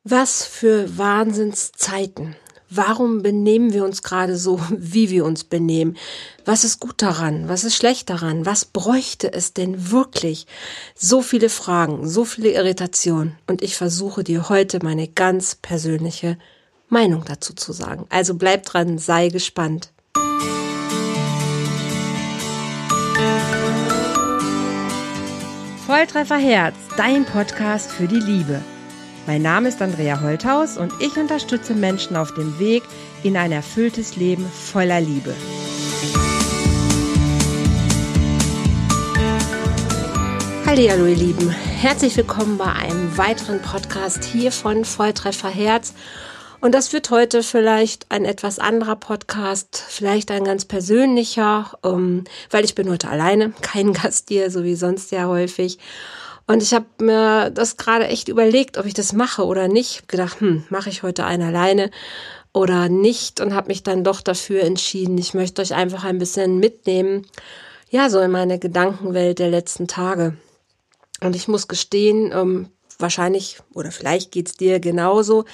Was für Wahnsinnszeiten. Warum benehmen wir uns gerade so, wie wir uns benehmen? Was ist gut daran? Was ist schlecht daran? Was bräuchte es denn wirklich? So viele Fragen, so viele Irritationen. Und ich versuche dir heute meine ganz persönliche Meinung dazu zu sagen. Also bleib dran, sei gespannt. Volltreffer Herz, dein Podcast für die Liebe. Mein Name ist Andrea Holthaus und ich unterstütze Menschen auf dem Weg in ein erfülltes Leben voller Liebe. Hallihallo ihr Lieben, herzlich willkommen bei einem weiteren Podcast hier von Volltreffer Herz. Und das wird heute vielleicht ein etwas anderer Podcast, vielleicht ein ganz persönlicher, weil ich bin heute alleine, kein Gast hier, so wie sonst ja häufig. Und ich habe mir das gerade echt überlegt, ob ich das mache oder nicht. Ich habe gedacht, mache ich heute einen alleine oder nicht? Und habe mich dann doch dafür entschieden. Ich möchte euch einfach ein bisschen mitnehmen, ja, so in meine Gedankenwelt der letzten Tage. Und ich muss gestehen, wahrscheinlich oder vielleicht geht's dir genauso.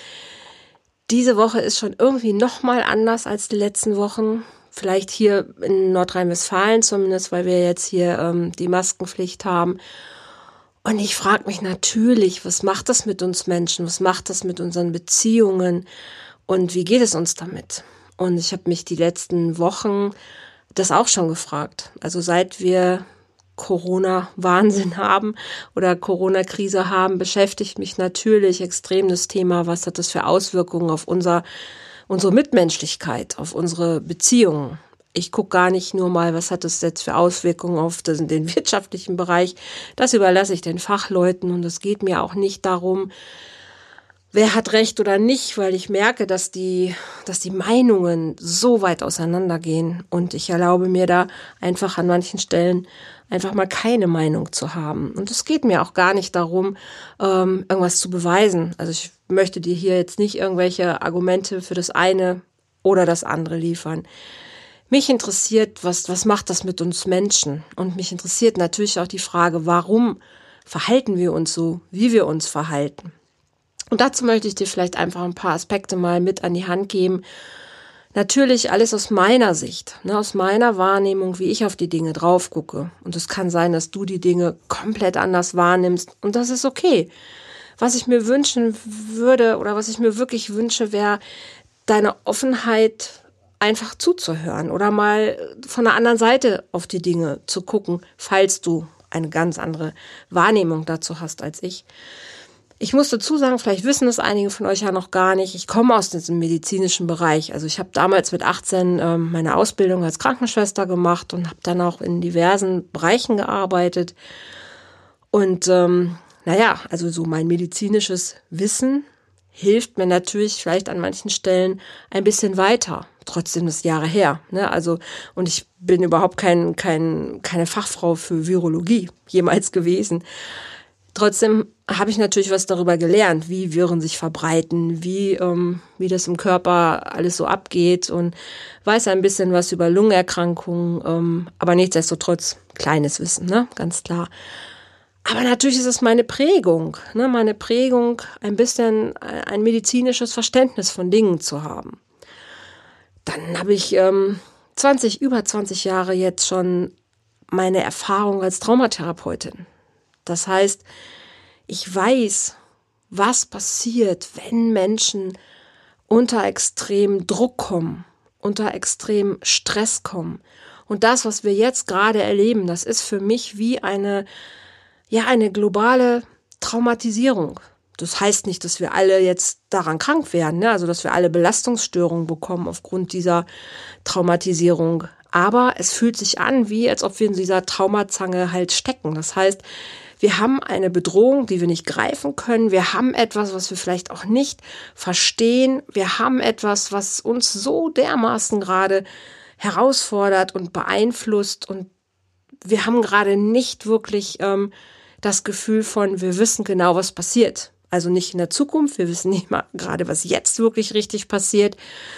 Diese Woche ist schon irgendwie nochmal anders als die letzten Wochen. Vielleicht hier in Nordrhein-Westfalen zumindest, weil wir jetzt hier die Maskenpflicht haben. Und ich frage mich natürlich, was macht das mit uns Menschen? Was macht das mit unseren Beziehungen? Und wie geht es uns damit? Und ich habe mich die letzten Wochen das auch schon gefragt. Also seit wir Corona-Wahnsinn haben oder Corona-Krise haben, beschäftigt mich natürlich extrem das Thema, was hat das für Auswirkungen auf unsere Mitmenschlichkeit, auf unsere Beziehungen. Ich gucke gar nicht nur mal, was hat das jetzt für Auswirkungen auf den wirtschaftlichen Bereich. Das überlasse ich den Fachleuten und es geht mir auch nicht darum, wer hat recht oder nicht, weil ich merke, dass die Meinungen so weit auseinandergehen und ich erlaube mir da einfach an manchen Stellen einfach mal keine Meinung zu haben. Und es geht mir auch gar nicht darum, irgendwas zu beweisen. Also ich möchte dir hier jetzt nicht irgendwelche Argumente für das eine oder das andere liefern. Mich interessiert, was macht das mit uns Menschen? Und mich interessiert natürlich auch die Frage, warum verhalten wir uns so, wie wir uns verhalten? Und dazu möchte ich dir vielleicht einfach ein paar Aspekte mal mit an die Hand geben. Natürlich alles aus meiner Sicht, aus meiner Wahrnehmung, wie ich auf die Dinge drauf gucke. Und es kann sein, dass du die Dinge komplett anders wahrnimmst. Und das ist okay. Was ich mir wünschen würde oder was ich mir wirklich wünsche, wäre deine Offenheit, einfach zuzuhören oder mal von der anderen Seite auf die Dinge zu gucken, falls du eine ganz andere Wahrnehmung dazu hast als ich. Ich muss dazu sagen, vielleicht wissen es einige von euch ja noch gar nicht, ich komme aus diesem medizinischen Bereich. Also ich habe damals mit 18 meine Ausbildung als Krankenschwester gemacht und habe dann auch in diversen Bereichen gearbeitet. Und also so mein medizinisches Wissen hilft mir natürlich vielleicht an manchen Stellen ein bisschen weiter. Trotzdem ist Jahre her, und ich bin überhaupt keine Fachfrau für Virologie jemals gewesen. Trotzdem habe ich natürlich was darüber gelernt, wie Viren sich verbreiten, wie das im Körper alles so abgeht und weiß ein bisschen was über Lungenerkrankungen, aber nichtsdestotrotz kleines Wissen, ganz klar. Aber natürlich ist es meine Prägung, ein bisschen ein medizinisches Verständnis von Dingen zu haben. Dann habe ich über 20 Jahre jetzt schon meine Erfahrung als Traumatherapeutin. Das heißt, ich weiß, was passiert, wenn Menschen unter extrem Druck kommen, unter extrem Stress kommen. Und das, was wir jetzt gerade erleben, das ist für mich wie eine globale Traumatisierung. Das heißt nicht, dass wir alle jetzt daran krank werden, also dass wir alle Belastungsstörungen bekommen aufgrund dieser Traumatisierung. Aber es fühlt sich an, wie als ob wir in dieser Traumazange halt stecken. Das heißt, wir haben eine Bedrohung, die wir nicht greifen können. Wir haben etwas, was wir vielleicht auch nicht verstehen. Wir haben etwas, was uns so dermaßen gerade herausfordert und beeinflusst. Und wir haben gerade nicht wirklich das Gefühl von, wir wissen genau, was passiert. Also nicht in der Zukunft, wir wissen nicht mal gerade, was jetzt wirklich richtig passiert.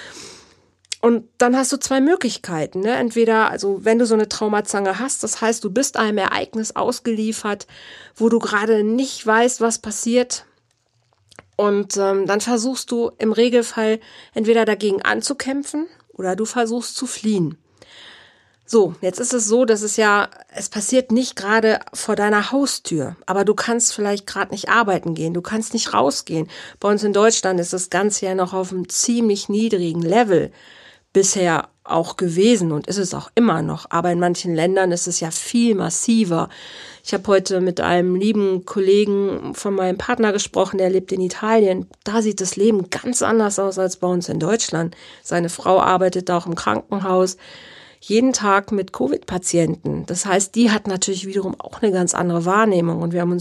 Und dann hast du zwei Möglichkeiten, Entweder, also wenn du so eine Traumazange hast, das heißt, du bist einem Ereignis ausgeliefert, wo du gerade nicht weißt, was passiert. Und dann versuchst du im Regelfall entweder dagegen anzukämpfen oder du versuchst zu fliehen. So, jetzt ist es so, dass es passiert nicht gerade vor deiner Haustür, aber du kannst vielleicht gerade nicht arbeiten gehen, du kannst nicht rausgehen. Bei uns in Deutschland ist das Ganze ja noch auf einem ziemlich niedrigen Level bisher auch gewesen und ist es auch immer noch. Aber in manchen Ländern ist es ja viel massiver. Ich habe heute mit einem lieben Kollegen von meinem Partner gesprochen, der lebt in Italien. Da sieht das Leben ganz anders aus als bei uns in Deutschland. Seine Frau arbeitet auch im Krankenhaus. Jeden Tag mit Covid-Patienten. Das heißt, die hat natürlich wiederum auch eine ganz andere Wahrnehmung. Und wir haben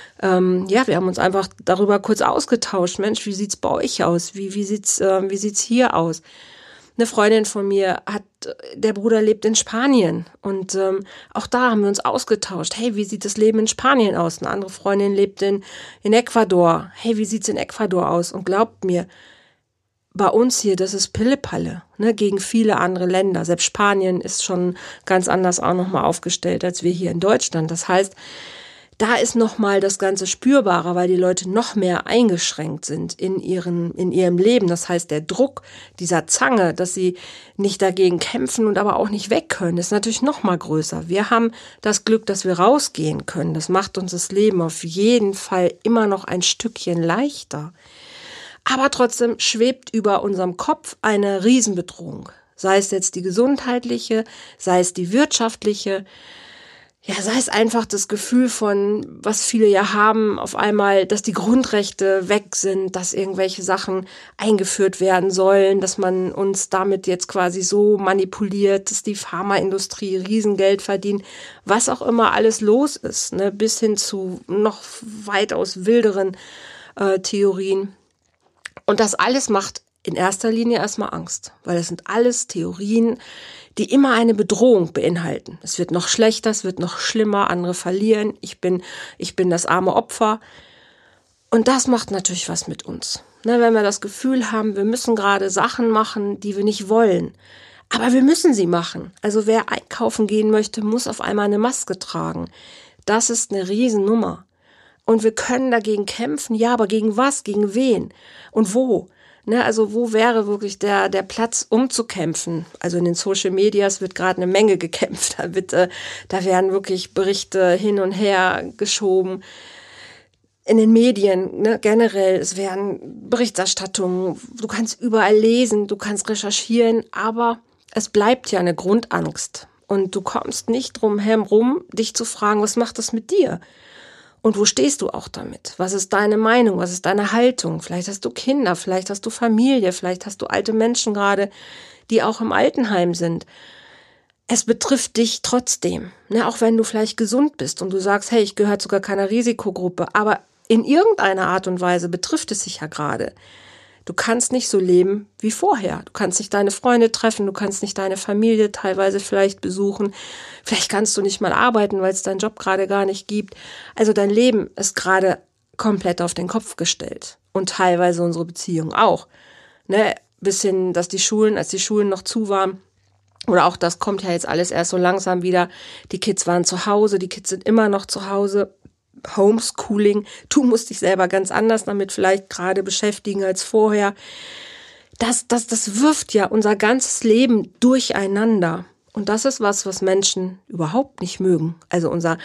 uns einfach darüber kurz ausgetauscht. Mensch, wie sieht's bei euch aus? Wie sieht's hier aus? Eine Freundin von mir der Bruder lebt in Spanien. Und auch da haben wir uns ausgetauscht. Hey, wie sieht das Leben in Spanien aus? Eine andere Freundin lebt in Ecuador. Hey, wie sieht's in Ecuador aus? Und glaubt mir, bei uns hier, das ist Pillepalle, ne, gegen viele andere Länder. Selbst Spanien ist schon ganz anders auch nochmal aufgestellt als wir hier in Deutschland. Das heißt, da ist nochmal das Ganze spürbarer, weil die Leute noch mehr eingeschränkt sind in ihrem Leben. Das heißt, der Druck dieser Zange, dass sie nicht dagegen kämpfen und aber auch nicht weg können, ist natürlich noch mal größer. Wir haben das Glück, dass wir rausgehen können. Das macht uns das Leben auf jeden Fall immer noch ein Stückchen leichter. Aber trotzdem schwebt über unserem Kopf eine Riesenbedrohung. Sei es jetzt die gesundheitliche, sei es die wirtschaftliche, ja, sei es einfach das Gefühl von, was viele ja haben, auf einmal, dass die Grundrechte weg sind, dass irgendwelche Sachen eingeführt werden sollen, dass man uns damit jetzt quasi so manipuliert, dass die Pharmaindustrie Riesengeld verdient, was auch immer alles los ist, ne, bis hin zu noch weitaus wilderen Theorien. Und das alles macht in erster Linie erstmal Angst, weil das sind alles Theorien, die immer eine Bedrohung beinhalten. Es wird noch schlechter, es wird noch schlimmer, andere verlieren, ich bin das arme Opfer. Und das macht natürlich was mit uns. Ne, wenn wir das Gefühl haben, wir müssen gerade Sachen machen, die wir nicht wollen. Aber wir müssen sie machen. Also wer einkaufen gehen möchte, muss auf einmal eine Maske tragen. Das ist eine Riesennummer. Und wir können dagegen kämpfen, ja, aber gegen was, gegen wen und wo? Ne, also wo wäre wirklich der Platz, um zu kämpfen? Also in den Social Medias wird gerade eine Menge gekämpft. Da werden wirklich Berichte hin und her geschoben. In den Medien, ne, generell, es werden Berichterstattungen. Du kannst überall lesen, du kannst recherchieren, aber es bleibt ja eine Grundangst. Und du kommst nicht drum herum, dich zu fragen, was macht das mit dir? Und wo stehst du auch damit? Was ist deine Meinung? Was ist deine Haltung? Vielleicht hast du Kinder, vielleicht hast du Familie, vielleicht hast du alte Menschen gerade, die auch im Altenheim sind. Es betrifft dich trotzdem, ne? Auch wenn du vielleicht gesund bist und du sagst, hey, ich gehöre zu gar keiner Risikogruppe, aber in irgendeiner Art und Weise betrifft es sich ja gerade. Du kannst nicht so leben wie vorher. Du kannst nicht deine Freunde treffen, du kannst nicht deine Familie teilweise vielleicht besuchen. Vielleicht kannst du nicht mal arbeiten, weil es deinen Job gerade gar nicht gibt. Also dein Leben ist gerade komplett auf den Kopf gestellt. Und teilweise unsere Beziehung auch. Ne? Bis hin, dass als die Schulen noch zu waren, oder auch das kommt ja jetzt alles erst so langsam wieder. Die Kids waren zu Hause, die Kids sind immer noch zu Hause. Homeschooling, du musst dich selber ganz anders damit vielleicht gerade beschäftigen als vorher. Das wirft ja unser ganzes Leben durcheinander. Und das ist was Menschen überhaupt nicht mögen. Also unser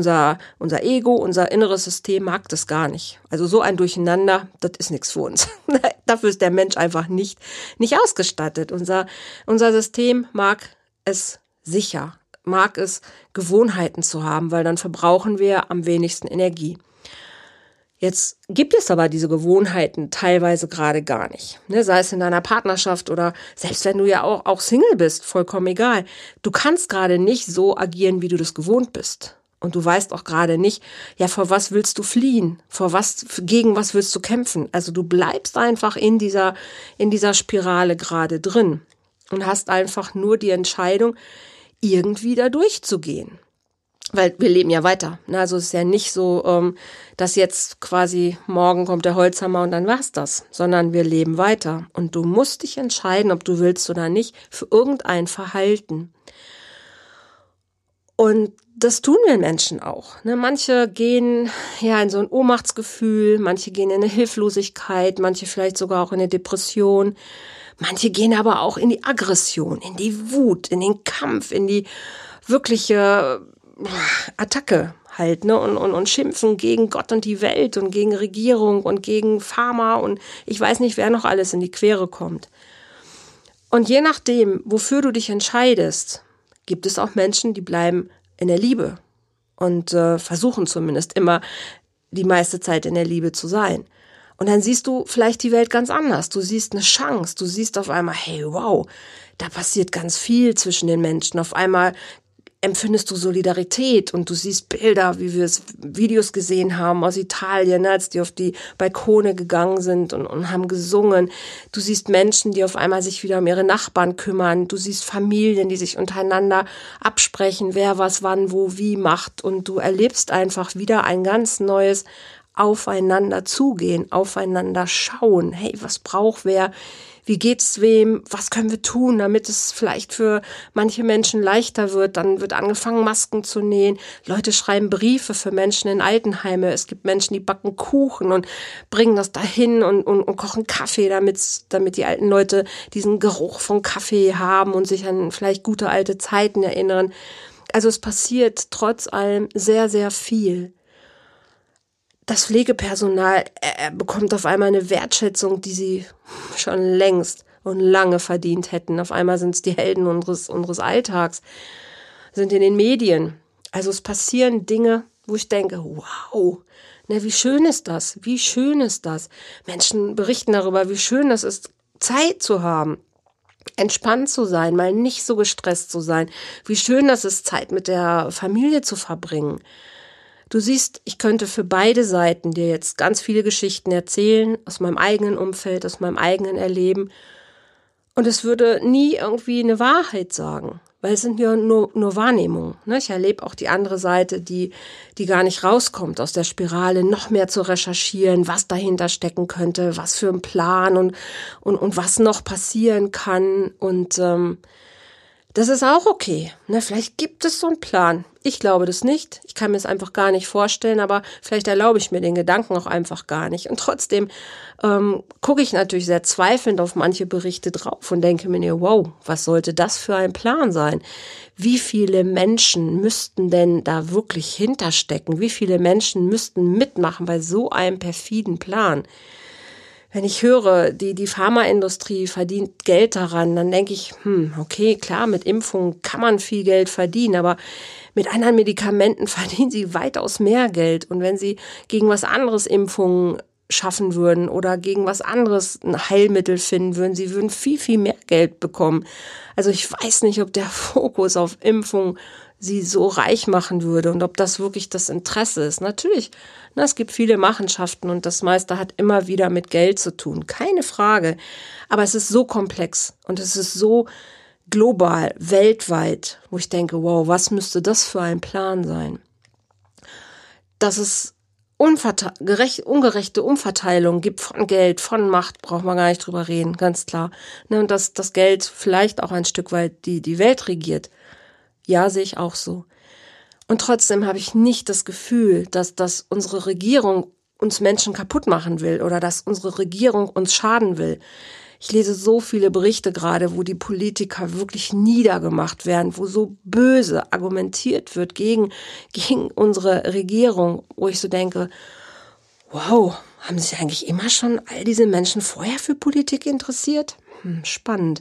Ego, unser inneres System mag das gar nicht. Also so ein Durcheinander, das ist nichts für uns. Dafür ist der Mensch einfach nicht ausgestattet. Unser System mag es sicher, mag es, Gewohnheiten zu haben, weil dann verbrauchen wir am wenigsten Energie. Jetzt gibt es aber diese Gewohnheiten teilweise gerade gar nicht. Ne? Sei es in deiner Partnerschaft oder selbst wenn du ja auch Single bist, vollkommen egal. Du kannst gerade nicht so agieren, wie du das gewohnt bist. Und du weißt auch gerade nicht, ja, vor was willst du fliehen? Gegen was willst du kämpfen? Also du bleibst einfach in dieser Spirale gerade drin und hast einfach nur die Entscheidung, irgendwie da durchzugehen. Weil wir leben ja weiter. Also es ist ja nicht so, dass jetzt quasi morgen kommt der Holzhammer und dann war's das, sondern wir leben weiter. Und du musst dich entscheiden, ob du willst oder nicht, für irgendein Verhalten. Und das tun wir Menschen auch. Ne? Manche gehen ja in so ein Ohnmachtsgefühl, manche gehen in eine Hilflosigkeit, manche vielleicht sogar auch in eine Depression. Manche gehen aber auch in die Aggression, in die Wut, in den Kampf, in die wirkliche Attacke halt, ne? Und schimpfen gegen Gott und die Welt und gegen Regierung und gegen Pharma und ich weiß nicht, wer noch alles in die Quere kommt. Und je nachdem, wofür du dich entscheidest, gibt es auch Menschen, die bleiben in der Liebe und versuchen zumindest immer die meiste Zeit in der Liebe zu sein. Und dann siehst du vielleicht die Welt ganz anders. Du siehst eine Chance. Du siehst auf einmal, hey, wow, da passiert ganz viel zwischen den Menschen. Auf einmal empfindest du Solidarität und du siehst Bilder, wie wir es Videos gesehen haben aus Italien, als die auf die Balkone gegangen sind und haben gesungen. Du siehst Menschen, die auf einmal sich wieder um ihre Nachbarn kümmern. Du siehst Familien, die sich untereinander absprechen, wer was wann, wo, wie macht. Und du erlebst einfach wieder ein ganz neues Aufeinander zugehen, aufeinander schauen. Hey, was braucht wer? Wie geht's wem? Was können wir tun, damit es vielleicht für manche Menschen leichter wird? Dann wird angefangen, Masken zu nähen. Leute schreiben Briefe für Menschen in Altenheime. Es gibt Menschen, die backen Kuchen und bringen das dahin und kochen Kaffee, damit die alten Leute diesen Geruch von Kaffee haben und sich an vielleicht gute alte Zeiten erinnern. Also es passiert trotz allem sehr, sehr viel. Das Pflegepersonal bekommt auf einmal eine Wertschätzung, die sie schon längst und lange verdient hätten. Auf einmal sind es die Helden unseres Alltags, sind in den Medien. Also es passieren Dinge, wo ich denke, wow, ne, wie schön ist das? Wie schön ist das? Menschen berichten darüber, wie schön das ist, Zeit zu haben, entspannt zu sein, mal nicht so gestresst zu sein. Wie schön das ist, Zeit mit der Familie zu verbringen. Du siehst, ich könnte für beide Seiten dir jetzt ganz viele Geschichten erzählen, aus meinem eigenen Umfeld, aus meinem eigenen Erleben. Und es würde nie irgendwie eine Wahrheit sagen, weil es sind ja nur Wahrnehmungen. Ne? Ich erlebe auch die andere Seite, die gar nicht rauskommt aus der Spirale, noch mehr zu recherchieren, was dahinter stecken könnte, was für ein Plan und was noch passieren kann. Und das ist auch okay. Ne? Vielleicht gibt es so einen Plan. Ich glaube das nicht. Ich kann mir es einfach gar nicht vorstellen, aber vielleicht erlaube ich mir den Gedanken auch einfach gar nicht. Und trotzdem gucke ich natürlich sehr zweifelnd auf manche Berichte drauf und denke mir, wow, was sollte das für ein Plan sein? Wie viele Menschen müssten denn da wirklich hinterstecken? Wie viele Menschen müssten mitmachen bei so einem perfiden Plan? Wenn ich höre, die Pharmaindustrie verdient Geld daran, dann denke ich, okay, klar, mit Impfungen kann man viel Geld verdienen, aber mit anderen Medikamenten verdienen sie weitaus mehr Geld. Und wenn sie gegen was anderes Impfungen schaffen würden oder gegen was anderes ein Heilmittel finden würden, sie würden viel, viel mehr Geld bekommen. Also ich weiß nicht, ob der Fokus auf Impfung sie so reich machen würde und ob das wirklich das Interesse ist. Natürlich, es gibt viele Machenschaften und das meiste hat immer wieder mit Geld zu tun, keine Frage. Aber es ist so komplex und es ist so global, weltweit, wo ich denke, wow, was müsste das für ein Plan sein? Dass es ungerechte Umverteilung gibt von Geld, von Macht, braucht man gar nicht drüber reden, ganz klar. Und dass das Geld vielleicht auch ein Stück weit die Welt regiert. Ja, sehe ich auch so. Und trotzdem habe ich nicht das Gefühl, dass unsere Regierung uns Menschen kaputt machen will oder dass unsere Regierung uns schaden will. Ich lese so viele Berichte gerade, wo die Politiker wirklich niedergemacht werden, wo so böse argumentiert wird gegen unsere Regierung, wo ich so denke, wow, haben sich eigentlich immer schon all diese Menschen vorher für Politik interessiert? Spannend.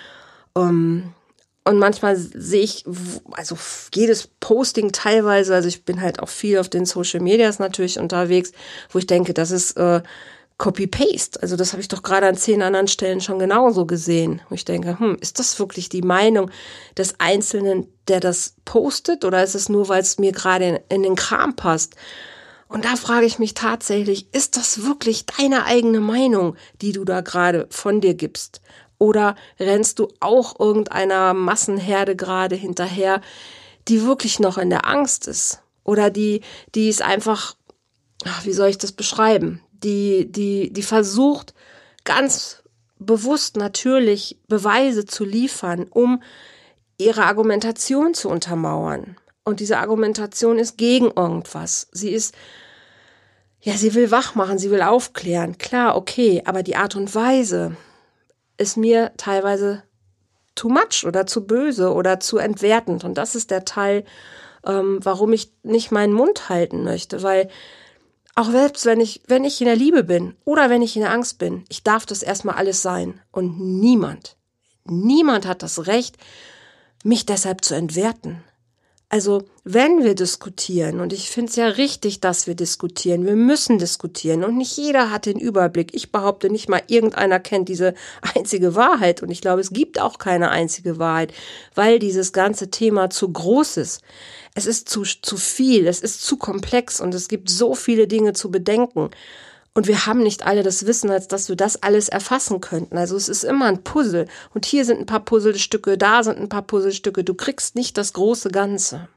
Und manchmal sehe ich, also jedes Posting teilweise, also ich bin halt auch viel auf den Social Medias natürlich unterwegs, wo ich denke, das ist Copy-Paste. Also das habe ich doch gerade an 10 anderen Stellen schon genauso gesehen. Wo ich denke, ist das wirklich die Meinung des Einzelnen, der das postet? Oder ist es nur, weil es mir gerade in den Kram passt? Und da frage ich mich tatsächlich, ist das wirklich deine eigene Meinung, die du da gerade von dir gibst? Oder rennst du auch irgendeiner Massenherde gerade hinterher, die wirklich noch in der Angst ist? Oder die ist einfach, wie soll ich das beschreiben? Die versucht, ganz bewusst natürlich Beweise zu liefern, um ihre Argumentation zu untermauern. Und diese Argumentation ist gegen irgendwas. Sie will wach machen, sie will aufklären. Klar, okay, aber die Art und Weise ist mir teilweise too much oder zu böse oder zu entwertend. Und das ist der Teil, warum ich nicht meinen Mund halten möchte. Weil auch selbst wenn ich in der Liebe bin oder wenn ich in der Angst bin, ich darf das erstmal alles sein. Und niemand hat das Recht, mich deshalb zu entwerten. Also wenn wir diskutieren, und ich finde es ja richtig, dass wir diskutieren, wir müssen diskutieren und nicht jeder hat den Überblick. Ich behaupte nicht mal, irgendeiner kennt diese einzige Wahrheit und ich glaube, es gibt auch keine einzige Wahrheit, weil dieses ganze Thema zu groß ist. Es ist zu viel, es ist zu komplex und es gibt so viele Dinge zu bedenken. Und wir haben nicht alle das Wissen, als dass wir das alles erfassen könnten. Also es ist immer ein Puzzle. Und hier sind ein paar Puzzlestücke, da sind ein paar Puzzlestücke. Du kriegst nicht das große Ganze.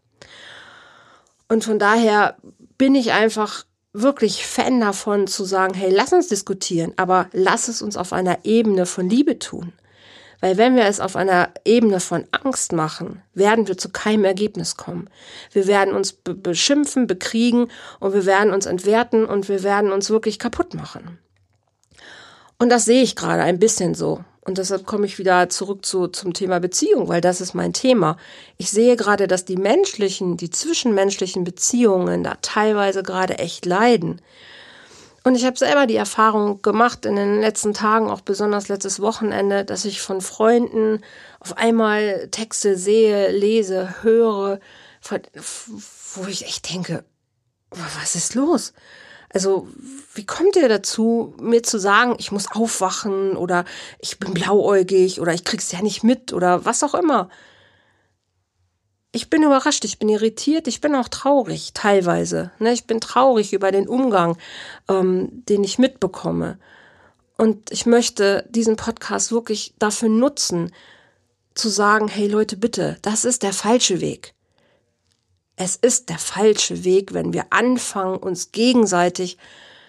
Und von daher bin ich einfach wirklich Fan davon zu sagen, hey, lass uns diskutieren, aber lass es uns auf einer Ebene von Liebe tun. Weil wenn wir es auf einer Ebene von Angst machen, werden wir zu keinem Ergebnis kommen. Wir werden uns beschimpfen, bekriegen und wir werden uns entwerten und wir werden uns wirklich kaputt machen. Und das sehe ich gerade ein bisschen so. Und deshalb komme ich wieder zurück zum Thema Beziehung, weil das ist mein Thema. Ich sehe gerade, dass die zwischenmenschlichen Beziehungen da teilweise gerade echt leiden. Und ich habe selber die Erfahrung gemacht in den letzten Tagen, auch besonders letztes Wochenende, dass ich von Freunden auf einmal Texte sehe, lese, höre, wo ich echt denke, was ist los? Also wie kommt ihr dazu, mir zu sagen, ich muss aufwachen oder ich bin blauäugig oder ich krieg's ja nicht mit oder was auch immer? Ich bin überrascht, ich bin irritiert, ich bin auch traurig teilweise. Ich bin traurig über den Umgang, den ich mitbekomme. Und ich möchte diesen Podcast wirklich dafür nutzen, zu sagen, hey Leute, bitte, das ist der falsche Weg. Es ist der falsche Weg, wenn wir anfangen, uns gegenseitig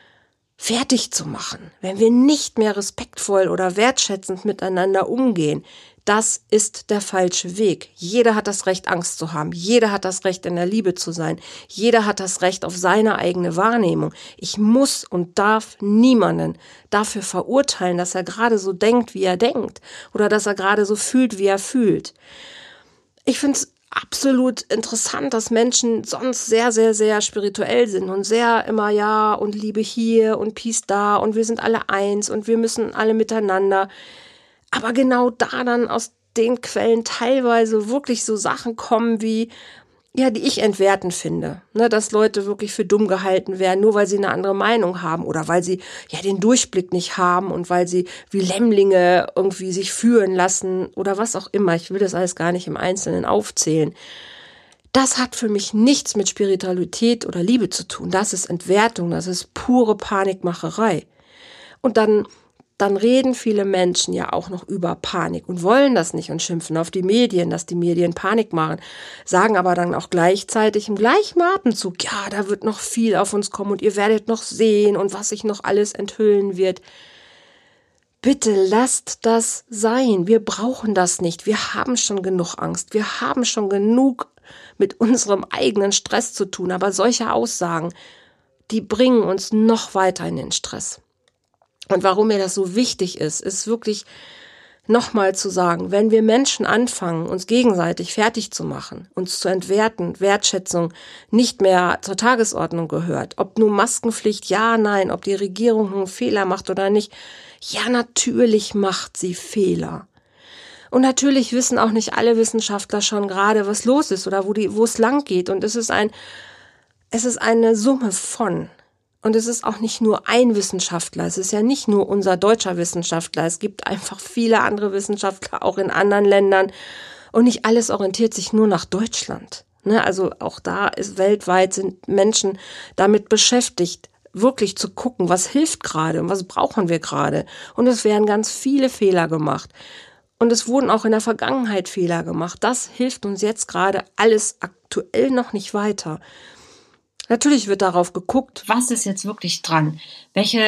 fertig zu machen, wenn wir nicht mehr respektvoll oder wertschätzend miteinander umgehen. Das ist der falsche Weg. Jeder hat das Recht, Angst zu haben. Jeder hat das Recht, in der Liebe zu sein. Jeder hat das Recht auf seine eigene Wahrnehmung. Ich muss und darf niemanden dafür verurteilen, dass er gerade so denkt, wie er denkt, oder dass er gerade so fühlt, wie er fühlt. Ich finde es absolut interessant, dass Menschen sonst sehr, sehr, sehr spirituell sind und sehr immer ja und Liebe hier und Peace da und wir sind alle eins und wir müssen alle miteinander. Aber genau da dann aus den Quellen teilweise wirklich so Sachen kommen wie, ja, die ich entwertend finde. Dass Leute wirklich für dumm gehalten werden, nur weil sie eine andere Meinung haben oder weil sie ja den Durchblick nicht haben und weil sie wie Lämmlinge irgendwie sich führen lassen oder was auch immer. Ich will das alles gar nicht im Einzelnen aufzählen. Das hat für mich nichts mit Spiritualität oder Liebe zu tun. Das ist Entwertung, das ist pure Panikmacherei. Und dann reden viele Menschen ja auch noch über Panik und wollen das nicht und schimpfen auf die Medien, dass die Medien Panik machen, sagen aber dann auch gleichzeitig im gleichen Atemzug, ja, da wird noch viel auf uns kommen und ihr werdet noch sehen und was sich noch alles enthüllen wird. Bitte lasst das sein. Wir brauchen das nicht. Wir haben schon genug Angst. Wir haben schon genug mit unserem eigenen Stress zu tun. Aber solche Aussagen, die bringen uns noch weiter in den Stress. Und warum mir das so wichtig ist wirklich nochmal zu sagen, wenn wir Menschen anfangen, uns gegenseitig fertig zu machen, uns zu entwerten, Wertschätzung nicht mehr zur Tagesordnung gehört, ob nun Maskenpflicht, ja, nein, ob die Regierung einen Fehler macht oder nicht, ja, natürlich macht sie Fehler. Und natürlich wissen auch nicht alle Wissenschaftler schon gerade, was los ist oder wo es lang geht. Und es ist eine Summe von. Und es ist auch nicht nur ein Wissenschaftler, es ist ja nicht nur unser deutscher Wissenschaftler, es gibt einfach viele andere Wissenschaftler auch in anderen Ländern und nicht alles orientiert sich nur nach Deutschland. Also auch weltweit sind Menschen damit beschäftigt, wirklich zu gucken, was hilft gerade und was brauchen wir gerade. Und es werden ganz viele Fehler gemacht. Und es wurden auch in der Vergangenheit Fehler gemacht. Das hilft uns jetzt gerade alles aktuell noch nicht weiter. Natürlich wird darauf geguckt, was ist jetzt wirklich dran?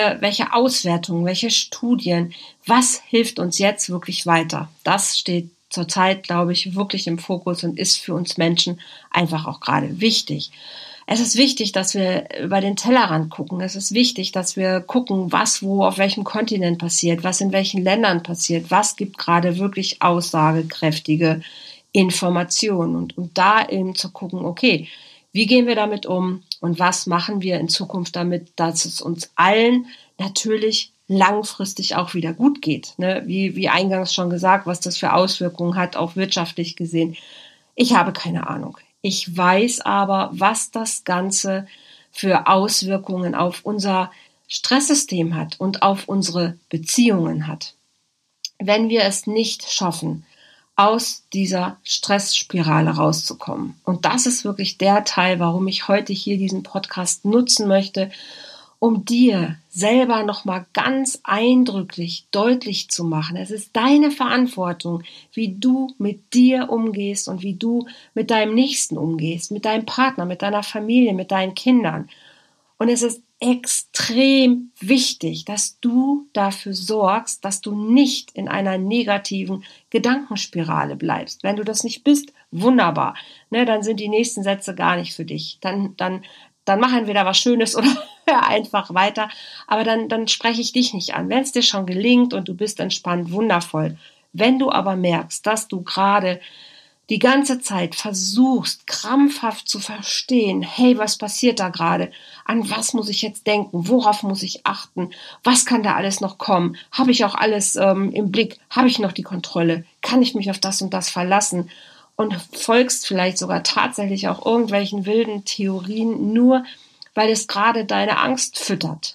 Welche Auswertungen, welche Studien, was hilft uns jetzt wirklich weiter? Das steht zurzeit, glaube ich, wirklich im Fokus und ist für uns Menschen einfach auch gerade wichtig. Es ist wichtig, dass wir über den Tellerrand gucken. Es ist wichtig, dass wir gucken, was wo auf welchem Kontinent passiert, was in welchen Ländern passiert, was gibt gerade wirklich aussagekräftige Informationen. Und da eben zu gucken, okay, wie gehen wir damit um und was machen wir in Zukunft damit, dass es uns allen natürlich langfristig auch wieder gut geht. Ne? Wie eingangs schon gesagt, was das für Auswirkungen hat, auch wirtschaftlich gesehen. Ich habe keine Ahnung. Ich weiß aber, was das Ganze für Auswirkungen auf unser Stresssystem hat und auf unsere Beziehungen hat. Wenn wir es nicht schaffen, aus dieser Stressspirale rauszukommen. Und das ist wirklich der Teil, warum ich heute hier diesen Podcast nutzen möchte, um dir selber nochmal ganz eindrücklich deutlich zu machen. Es ist deine Verantwortung, wie du mit dir umgehst und wie du mit deinem Nächsten umgehst, mit deinem Partner, mit deiner Familie, mit deinen Kindern. Und es ist extrem wichtig, dass du dafür sorgst, dass du nicht in einer negativen Gedankenspirale bleibst. Wenn du das nicht bist, wunderbar. Ne, dann sind die nächsten Sätze gar nicht für dich. Dann mach entweder was Schönes oder hör einfach weiter. Aber dann spreche ich dich nicht an. Wenn es dir schon gelingt und du bist entspannt, wundervoll. Wenn du aber merkst, dass du gerade die ganze Zeit versuchst, krampfhaft zu verstehen, hey, was passiert da gerade? An was muss ich jetzt denken? Worauf muss ich achten? Was kann da alles noch kommen? Habe ich auch alles im Blick? Habe ich noch die Kontrolle? Kann ich mich auf das und das verlassen? Und folgst vielleicht sogar tatsächlich auch irgendwelchen wilden Theorien, nur weil es gerade deine Angst füttert.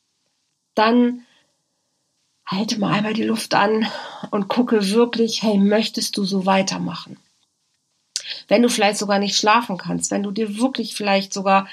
Dann halte mal einmal die Luft an und gucke wirklich, hey, möchtest du so weitermachen? Wenn du vielleicht sogar nicht schlafen kannst, wenn du dir wirklich vielleicht sogar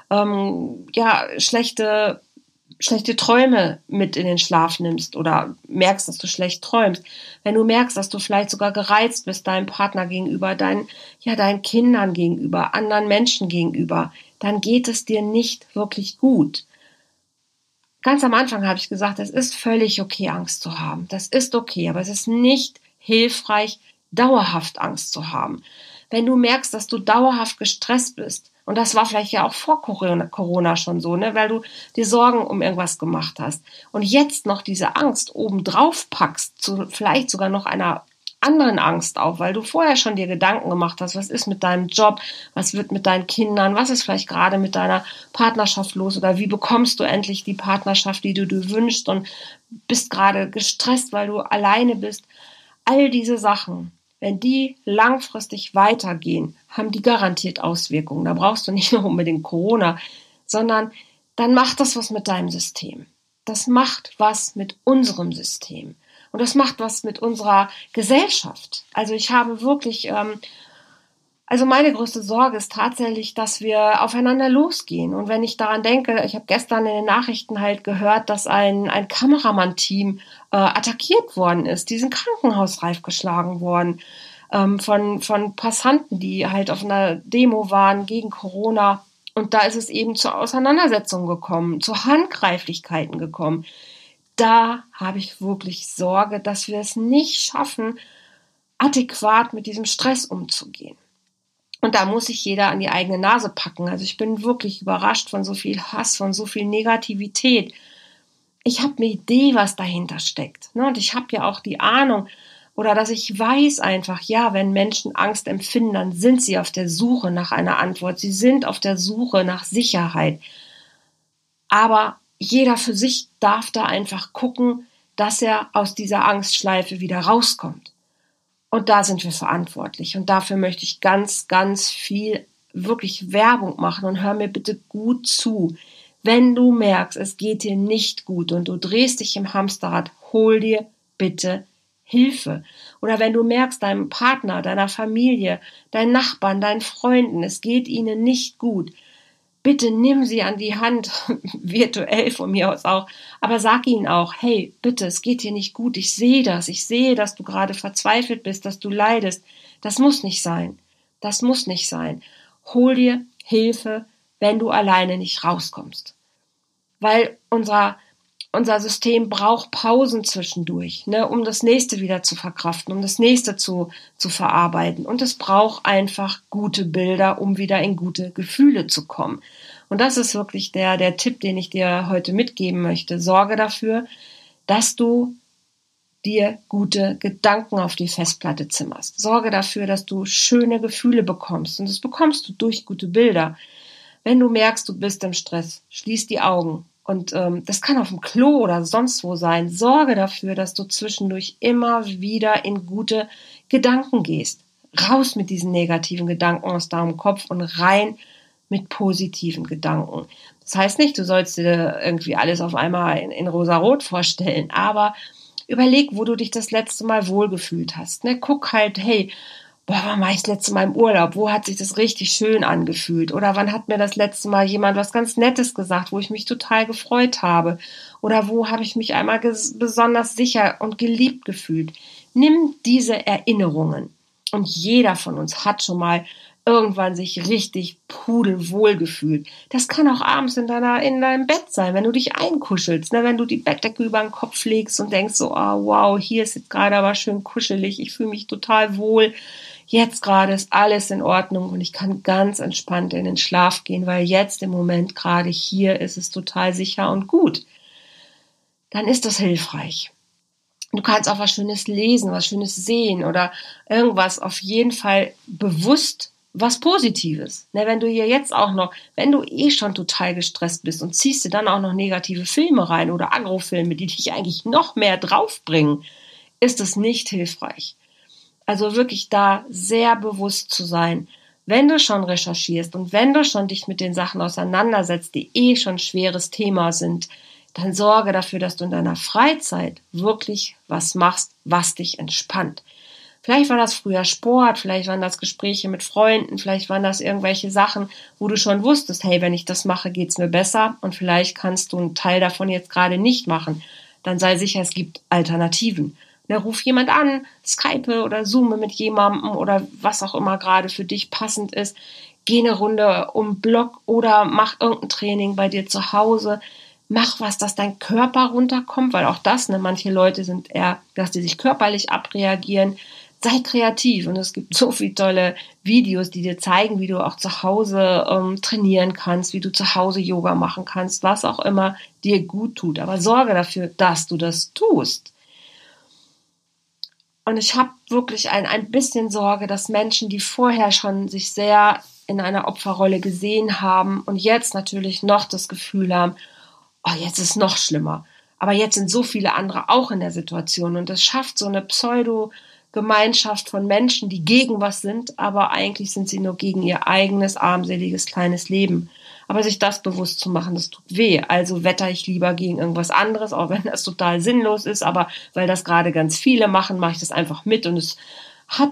schlechte Träume mit in den Schlaf nimmst oder merkst, dass du schlecht träumst, wenn du merkst, dass du vielleicht sogar gereizt bist deinem Partner gegenüber, deinen Kindern gegenüber, anderen Menschen gegenüber, dann geht es dir nicht wirklich gut. Ganz am Anfang habe ich gesagt, es ist völlig okay, Angst zu haben. Das ist okay, aber es ist nicht hilfreich, dauerhaft Angst zu haben. Wenn du merkst, dass du dauerhaft gestresst bist, und das war vielleicht ja auch vor Corona schon so, ne, weil du dir Sorgen um irgendwas gemacht hast und jetzt noch diese Angst obendrauf packst, vielleicht sogar noch einer anderen Angst auf, weil du vorher schon dir Gedanken gemacht hast, was ist mit deinem Job, was wird mit deinen Kindern, was ist vielleicht gerade mit deiner Partnerschaft los oder wie bekommst du endlich die Partnerschaft, die du dir wünschst und bist gerade gestresst, weil du alleine bist. All diese Sachen, wenn die langfristig weitergehen, haben die garantiert Auswirkungen. Da brauchst du nicht nur unbedingt Corona, sondern dann macht das was mit deinem System. Das macht was mit unserem System. Und das macht was mit unserer Gesellschaft. Also ich habe wirklich, meine größte Sorge ist tatsächlich, dass wir aufeinander losgehen. Und wenn ich daran denke, ich habe gestern in den Nachrichten halt gehört, dass ein Kameramann-Team attackiert worden ist. Die sind krankenhausreif geschlagen worden von Passanten, die halt auf einer Demo waren gegen Corona. Und da ist es eben zu Auseinandersetzungen gekommen, zu Handgreiflichkeiten gekommen. Da habe ich wirklich Sorge, dass wir es nicht schaffen, adäquat mit diesem Stress umzugehen. Und da muss sich jeder an die eigene Nase packen. Also ich bin wirklich überrascht von so viel Hass, von so viel Negativität. Ich habe eine Idee, was dahinter steckt. Und ich habe ja auch die Ahnung oder dass ich weiß einfach, ja, wenn Menschen Angst empfinden, dann sind sie auf der Suche nach einer Antwort. Sie sind auf der Suche nach Sicherheit. Aber jeder für sich darf da einfach gucken, dass er aus dieser Angstschleife wieder rauskommt. Und da sind wir verantwortlich. Und dafür möchte ich ganz, ganz viel wirklich Werbung machen. Und hör mir bitte gut zu. Wenn du merkst, es geht dir nicht gut und du drehst dich im Hamsterrad, hol dir bitte Hilfe. Oder wenn du merkst, deinem Partner, deiner Familie, deinen Nachbarn, deinen Freunden, es geht ihnen nicht gut, bitte nimm sie an die Hand, virtuell von mir aus auch, aber sag ihnen auch, hey, bitte, es geht dir nicht gut, ich sehe, dass du gerade verzweifelt bist, dass du leidest. Das muss nicht sein. Das muss nicht sein. Hol dir Hilfe, wenn du alleine nicht rauskommst. Weil unser unser System braucht Pausen zwischendurch, ne, um das nächste wieder zu verkraften, um das nächste zu verarbeiten. Und es braucht einfach gute Bilder, um wieder in gute Gefühle zu kommen. Und das ist wirklich der Tipp, den ich dir heute mitgeben möchte. Sorge dafür, dass du dir gute Gedanken auf die Festplatte zimmerst. Sorge dafür, dass du schöne Gefühle bekommst. Und das bekommst du durch gute Bilder. Wenn du merkst, du bist im Stress, schließ die Augen. Und das kann auf dem Klo oder sonst wo sein. Sorge dafür, dass du zwischendurch immer wieder in gute Gedanken gehst. Raus mit diesen negativen Gedanken aus deinem Kopf und rein mit positiven Gedanken. Das heißt nicht, du sollst dir irgendwie alles auf einmal in rosa-rot vorstellen, aber überleg, wo du dich das letzte Mal wohlgefühlt hast. Ne? Guck halt, hey, wann war ich das letzte Mal im Urlaub? Wo hat sich das richtig schön angefühlt? Oder wann hat mir das letzte Mal jemand was ganz Nettes gesagt, wo ich mich total gefreut habe? Oder wo habe ich mich einmal besonders sicher und geliebt gefühlt? Nimm diese Erinnerungen. Und jeder von uns hat schon mal irgendwann sich richtig pudelwohl gefühlt. Das kann auch abends in deinem Bett sein, wenn du dich einkuschelst, ne? Wenn du die Bettdecke über den Kopf legst und denkst so, oh, wow, hier ist jetzt gerade aber schön kuschelig, ich fühle mich total wohl. Jetzt gerade ist alles in Ordnung und ich kann ganz entspannt in den Schlaf gehen, weil jetzt im Moment gerade hier ist es total sicher und gut. Dann ist das hilfreich. Du kannst auch was Schönes lesen, was Schönes sehen oder irgendwas auf jeden Fall bewusst was Positives. Ne, wenn du hier jetzt auch noch, wenn du schon total gestresst bist und ziehst dir dann auch noch negative Filme rein oder Agrofilme, die dich eigentlich noch mehr draufbringen, ist es nicht hilfreich. Also wirklich da sehr bewusst zu sein, wenn du schon recherchierst und wenn du schon dich mit den Sachen auseinandersetzt, die schon ein schweres Thema sind, dann sorge dafür, dass du in deiner Freizeit wirklich was machst, was dich entspannt. Vielleicht war das früher Sport, vielleicht waren das Gespräche mit Freunden, vielleicht waren das irgendwelche Sachen, wo du schon wusstest, hey, wenn ich das mache, geht's mir besser und vielleicht kannst du einen Teil davon jetzt gerade nicht machen. Dann sei sicher, es gibt Alternativen. Ne, ruf jemand an, Skype oder Zoome mit jemandem oder was auch immer gerade für dich passend ist. Geh eine Runde um den Block oder mach irgendein Training bei dir zu Hause. Mach was, dass dein Körper runterkommt, weil auch das, ne, manche Leute sind eher, dass die sich körperlich abreagieren. Sei kreativ und es gibt so viele tolle Videos, die dir zeigen, wie du auch zu Hause trainieren kannst, wie du zu Hause Yoga machen kannst, was auch immer dir gut tut. Aber sorge dafür, dass du das tust. Und ich habe wirklich ein bisschen Sorge, dass Menschen, die vorher schon sich sehr in einer Opferrolle gesehen haben und jetzt natürlich noch das Gefühl haben, oh, jetzt ist es noch schlimmer. Aber jetzt sind so viele andere auch in der Situation und das schafft so eine Pseudo-Gemeinschaft von Menschen, die gegen was sind, aber eigentlich sind sie nur gegen ihr eigenes, armseliges, kleines Leben. Aber sich das bewusst zu machen, das tut weh. Also wetter ich lieber gegen irgendwas anderes, auch wenn das total sinnlos ist, aber weil das gerade ganz viele machen, mache ich das einfach mit und es hat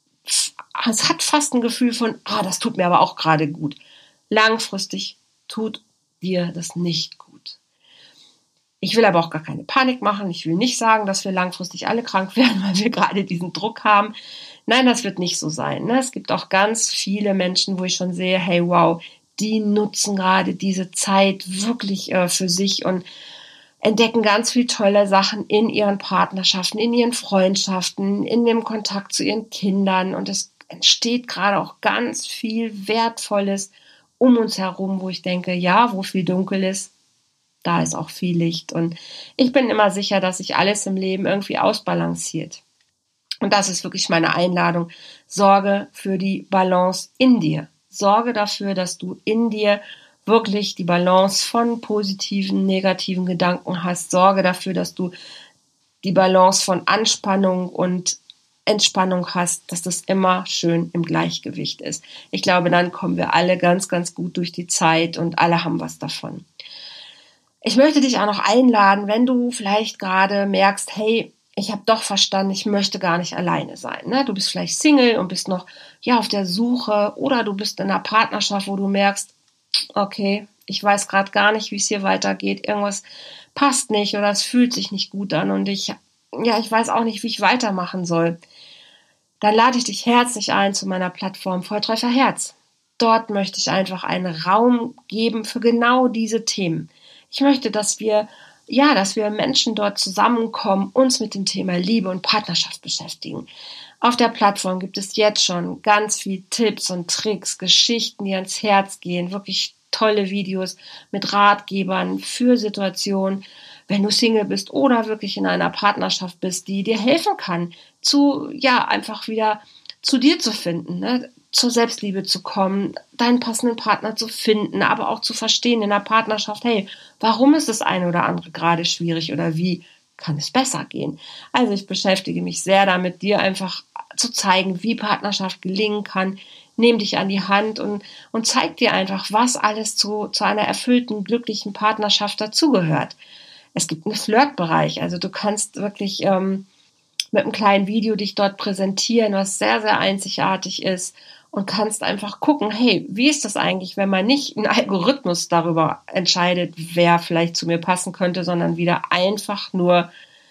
fast ein Gefühl von, das tut mir aber auch gerade gut. Langfristig tut dir das nicht gut. Ich will aber auch gar keine Panik machen. Ich will nicht sagen, dass wir langfristig alle krank werden, weil wir gerade diesen Druck haben. Nein, das wird nicht so sein. Ne? Es gibt auch ganz viele Menschen, wo ich schon sehe, hey, wow, die nutzen gerade diese Zeit wirklich für sich und entdecken ganz viel tolle Sachen in ihren Partnerschaften, in ihren Freundschaften, in dem Kontakt zu ihren Kindern. Und es entsteht gerade auch ganz viel Wertvolles um uns herum, wo ich denke, ja, wo viel dunkel ist, da ist auch viel Licht. Und ich bin immer sicher, dass sich alles im Leben irgendwie ausbalanciert. Und das ist wirklich meine Einladung. Sorge für die Balance in dir. Sorge dafür, dass du in dir wirklich die Balance von positiven, negativen Gedanken hast. Sorge dafür, dass du die Balance von Anspannung und Entspannung hast, dass das immer schön im Gleichgewicht ist. Ich glaube, dann kommen wir alle ganz, ganz gut durch die Zeit und alle haben was davon. Ich möchte dich auch noch einladen, wenn du vielleicht gerade merkst, hey, ich habe doch verstanden, ich möchte gar nicht alleine sein. Ne? Du bist vielleicht Single und bist noch auf der Suche oder du bist in einer Partnerschaft, wo du merkst, okay, ich weiß gerade gar nicht, wie es hier weitergeht. Irgendwas passt nicht oder es fühlt sich nicht gut an und ich weiß auch nicht, wie ich weitermachen soll. Dann lade ich dich herzlich ein zu meiner Plattform Volltreffer Herz. Dort möchte ich einfach einen Raum geben für genau diese Themen. Ich möchte, dass wir ja, dass wir Menschen dort zusammenkommen, uns mit dem Thema Liebe und Partnerschaft beschäftigen. Auf der Plattform gibt es jetzt schon ganz viel Tipps und Tricks, Geschichten, die ans Herz gehen, wirklich tolle Videos mit Ratgebern für Situationen, wenn du Single bist oder wirklich in einer Partnerschaft bist, die dir helfen kann, einfach wieder zu dir zu finden, ne? Zur Selbstliebe zu kommen, deinen passenden Partner zu finden, aber auch zu verstehen in der Partnerschaft, hey, warum ist das eine oder andere gerade schwierig oder wie kann es besser gehen? Also ich beschäftige mich sehr damit, dir einfach zu zeigen, wie Partnerschaft gelingen kann. Nehm dich an die Hand und zeig dir einfach, was alles zu einer erfüllten, glücklichen Partnerschaft dazugehört. Es gibt einen Flirtbereich, also du kannst wirklich mit einem kleinen Video dich dort präsentieren, was sehr, sehr einzigartig ist und kannst einfach gucken, hey, wie ist das eigentlich, wenn man nicht ein Algorithmus darüber entscheidet, wer vielleicht zu mir passen könnte, sondern wieder einfach nur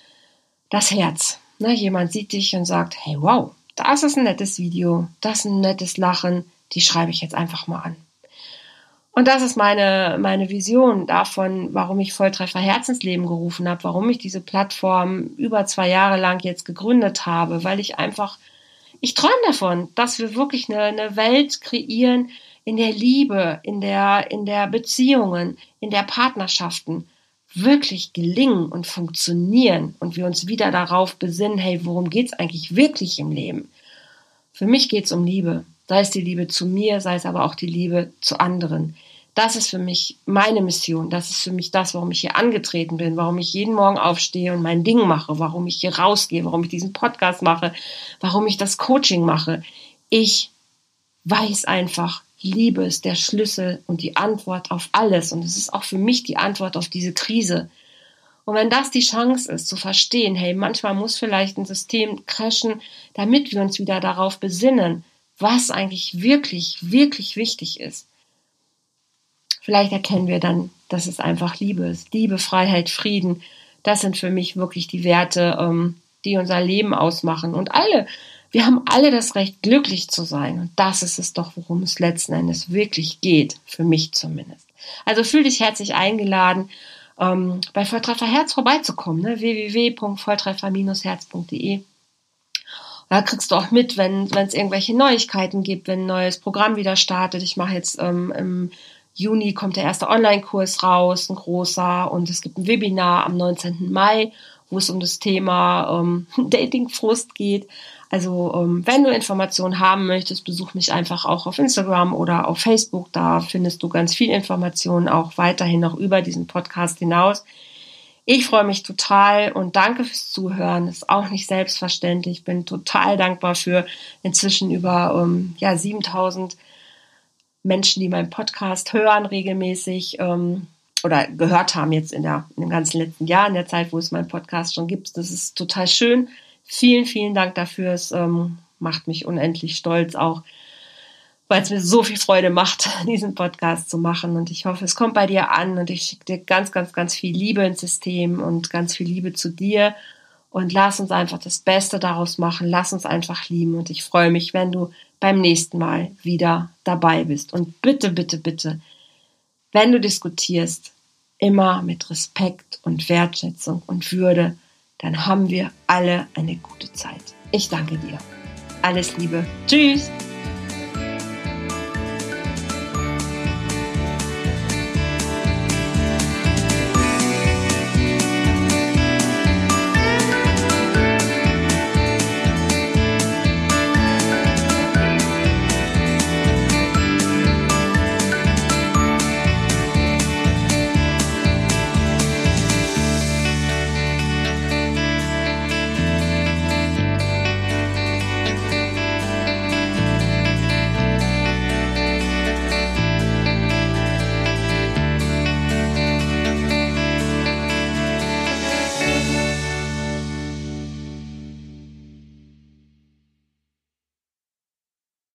das Herz. Ne, jemand sieht dich und sagt, hey, wow, das ist ein nettes Video, das ist ein nettes Lachen, die schreibe ich jetzt einfach mal an. Und das ist meine Vision davon, warum ich Volltreffer Herz ins Leben gerufen habe, warum ich diese Plattform über 2 Jahre lang jetzt gegründet habe, weil ich träume davon, dass wir wirklich eine Welt kreieren in der Liebe, in der Beziehungen, in der Partnerschaften wirklich gelingen und funktionieren und wir uns wieder darauf besinnen, hey, worum geht's eigentlich wirklich im Leben? Für mich geht's um Liebe. Sei es die Liebe zu mir, sei es aber auch die Liebe zu anderen. Das ist für mich meine Mission. Das ist für mich das, warum ich hier angetreten bin, warum ich jeden Morgen aufstehe und mein Ding mache, warum ich hier rausgehe, warum ich diesen Podcast mache, warum ich das Coaching mache. Ich weiß einfach, Liebe ist der Schlüssel und die Antwort auf alles. Und es ist auch für mich die Antwort auf diese Krise. Und wenn das die Chance ist, zu verstehen, hey, manchmal muss vielleicht ein System crashen, damit wir uns wieder darauf besinnen, was eigentlich wirklich, wirklich wichtig ist. Vielleicht erkennen wir dann, dass es einfach Liebe ist. Liebe, Freiheit, Frieden, das sind für mich wirklich die Werte, die unser Leben ausmachen. Und wir haben alle das Recht, glücklich zu sein. Und das ist es doch, worum es letzten Endes wirklich geht, für mich zumindest. Also fühl dich herzlich eingeladen, bei Volltreffer Herz vorbeizukommen, ne? www.volltreffer-herz.de. Da kriegst du auch mit, wenn es irgendwelche Neuigkeiten gibt, wenn ein neues Programm wieder startet. Ich mache jetzt im Juni kommt der erste Online-Kurs raus, ein großer, und es gibt ein Webinar am 19. Mai, wo es um das Thema Dating-Frust geht. Also wenn du Informationen haben möchtest, besuch mich einfach auch auf Instagram oder auf Facebook. Da findest du ganz viel Informationen, auch weiterhin noch über diesen Podcast hinaus. Ich freue mich total und danke fürs Zuhören. Ist auch nicht selbstverständlich. Ich bin total dankbar für inzwischen über 7000 Menschen, die meinen Podcast hören regelmäßig oder gehört haben jetzt in dem ganzen letzten Jahr, in der Zeit, wo es meinen Podcast schon gibt. Das ist total schön. Vielen, vielen Dank dafür. Es macht mich unendlich stolz auch, weil es mir so viel Freude macht, diesen Podcast zu machen. Und ich hoffe, es kommt bei dir an und ich schicke dir ganz, ganz, ganz viel Liebe ins System und ganz viel Liebe zu dir. Und lass uns einfach das Beste daraus machen. Lass uns einfach lieben. Und ich freue mich, wenn du beim nächsten Mal wieder dabei bist. Und bitte, bitte, bitte, wenn du diskutierst, immer mit Respekt und Wertschätzung und Würde, dann haben wir alle eine gute Zeit. Ich danke dir. Alles Liebe. Tschüss.